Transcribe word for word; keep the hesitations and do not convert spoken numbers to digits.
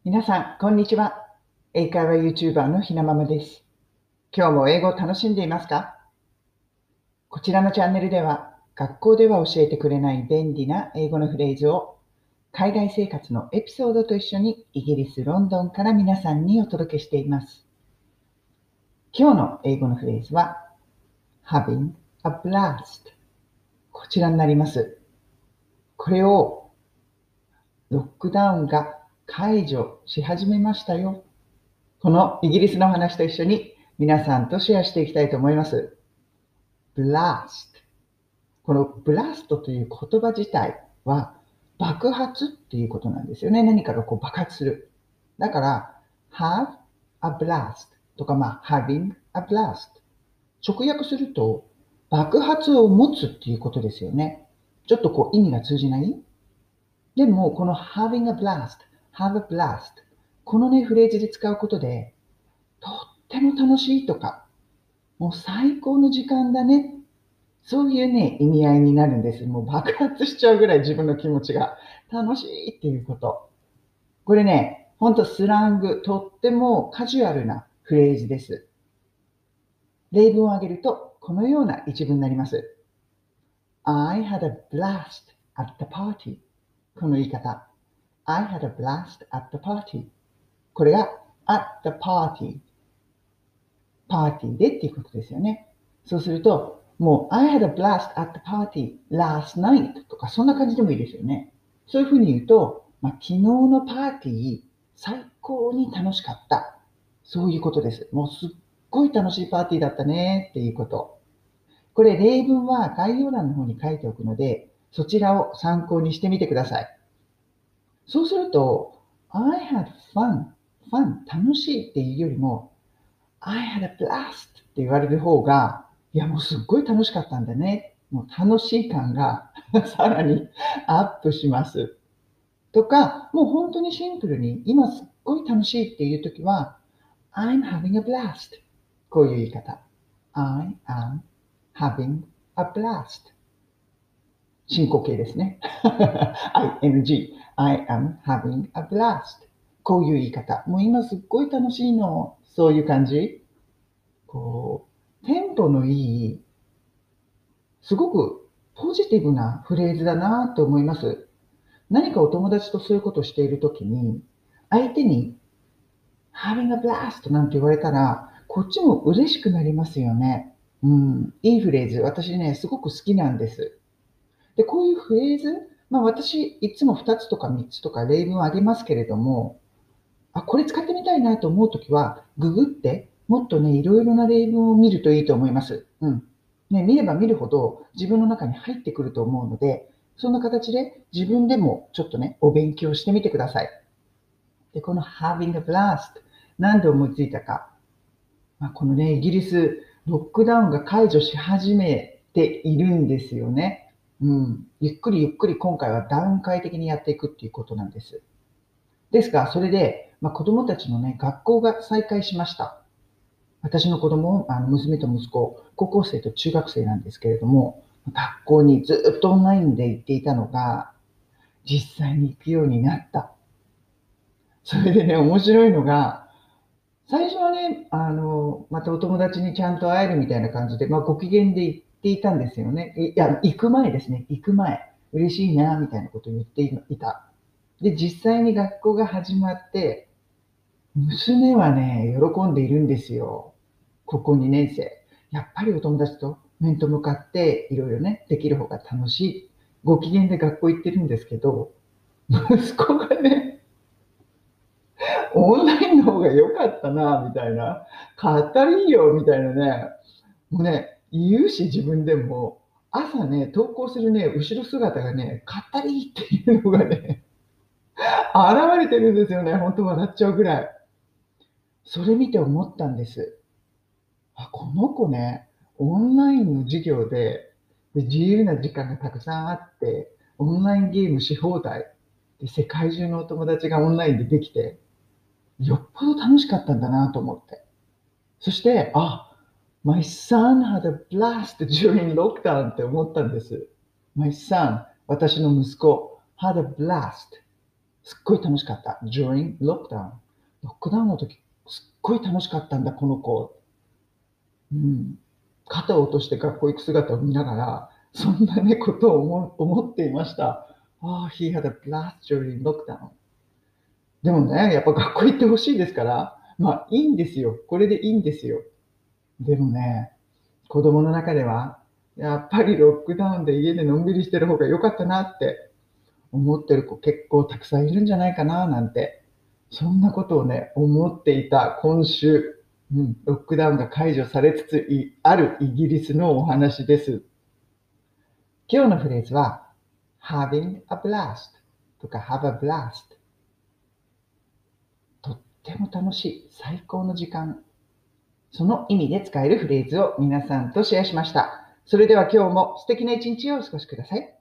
皆さん、こんにちは。英会話 YouTuber のひなままです。今日も英語を楽しんでいますか？こちらのチャンネルでは、学校では教えてくれない便利な英語のフレーズを、海外生活のエピソードと一緒にイギリス・ロンドンから皆さんにお届けしています。今日の英語のフレーズは、having a blast。こちらになります。これを、ロックダウンが解除し始めましたよ。このイギリスの話と一緒に皆さんとシェアしていきたいと思います。blast。この blast という言葉自体は爆発っていうことなんですよね。何かがこう爆発する。だから、have a blast とか、まあ、having a blast。直訳すると、爆発を持つっていうことですよね。ちょっとこう意味が通じない？でも、この having a blast, have a blast。このね、フレーズで使うことで、とっても楽しいとか、もう最高の時間だね。そういうね、意味合いになるんです。もう爆発しちゃうぐらい自分の気持ちが楽しいっていうこと。これね、ほんとスラング、とってもカジュアルなフレーズです。例文を挙げると、このような一文になります。I had a blast at the party。この言い方。I had a blast at the party。これが at the party。パーティーでっていうことですよね。そうすると、もう I had a blast at the party last night とかそんな感じでもいいですよね。そういうふうに言うと、まあ、昨日のパーティー最高に楽しかった。そういうことです。もうすっごい楽しいパーティーだったねっていうこと。これ例文は概要欄の方に書いておくので、そちらを参考にしてみてください。そうすると、I had fun, fun 楽しいっていうよりも、I had a blast って言われる方が、いやもうすっごい楽しかったんだね。もう楽しい感がさらにアップします。とか、もう本当にシンプルに今すっごい楽しいっていう時は、I'm having a blast。こういう言い方。I am having a blast。進行形ですね。ing。I am having a blast。こういう言い方。もう今すっごい楽しいの。そういう感じ。こう、テンポのいい、すごくポジティブなフレーズだなと思います。何かお友達とそういうことをしているときに、相手に having a blast なんて言われたら、こっちも嬉しくなりますよね。うん、いいフレーズ。私ね、すごく好きなんです。で、こういうフレーズ、まあ私、いつもふたつとかみっつとか例文を挙げますけれども、あ、これ使ってみたいなと思うときは、ググって、もっとね、いろいろな例文を見るといいと思います。うん。ね、見れば見るほど自分の中に入ってくると思うので、そんな形で自分でもちょっとね、お勉強してみてください。で、この having a blast、なんで思いついたか。まあ、このね、イギリス、ロックダウンが解除し始めているんですよね。うん。ゆっくりゆっくり今回は段階的にやっていくっていうことなんです。ですが、それで、まあ、子供たちのね、学校が再開しました。私の子供、あの娘と息子、高校生と中学生なんですけれども、学校にずっとオンラインで行っていたのが、実際に行くようになった。それでね、面白いのが、最初はね、あの、またお友達にちゃんと会えるみたいな感じで、まあ、ご機嫌で行っていたんですよね。いや、行く前ですね。行く前。嬉しいな、みたいなことを言っていた。で、実際に学校が始まって、娘はね、喜んでいるんですよ。高校にねん生。やっぱりお友達と面と向かっていろいろね、できる方が楽しい。ご機嫌で学校行ってるんですけど、息子がね、オンラインの方が良かったな、みたいな。かったりいいよ、みたいなね。もうね、言うし自分でも、朝ね、投稿するね、後ろ姿がね、かったりっていうのがね、現れてるんですよね。本当笑っちゃうぐらい。それ見て思ったんです。あ、この子ね、オンラインの授業で、で自由な時間がたくさんあって、オンラインゲームし放題で、世界中のお友達がオンラインでできて、よっぽど楽しかったんだなと思って。そして、あ、My son had a blast during lockdown って思ったんです。My son、私の息子、had a blast。 すっごい楽しかった。during lockdown。ロックダウンの時、すっごい楽しかったんだ、この子。うん。肩を落として学校行く姿を見ながら、そんなね、ことを思思っていました。ああ、he had a blast during lockdown。でもね、やっぱ学校行ってほしいですから、まあいいんですよ。これでいいんですよ。でもね、子供の中では、やっぱりロックダウンで家でのんびりしてる方が良かったなって思ってる子結構たくさんいるんじゃないかななんて、そんなことをね、思っていた今週、うん、ロックダウンが解除されつついあるイギリスのお話です。今日のフレーズは having a blast とか have a blast。とっても楽しい、最高の時間。その意味で使えるフレーズを皆さんとシェアしました。それでは今日も素敵な一日をお過ごしください。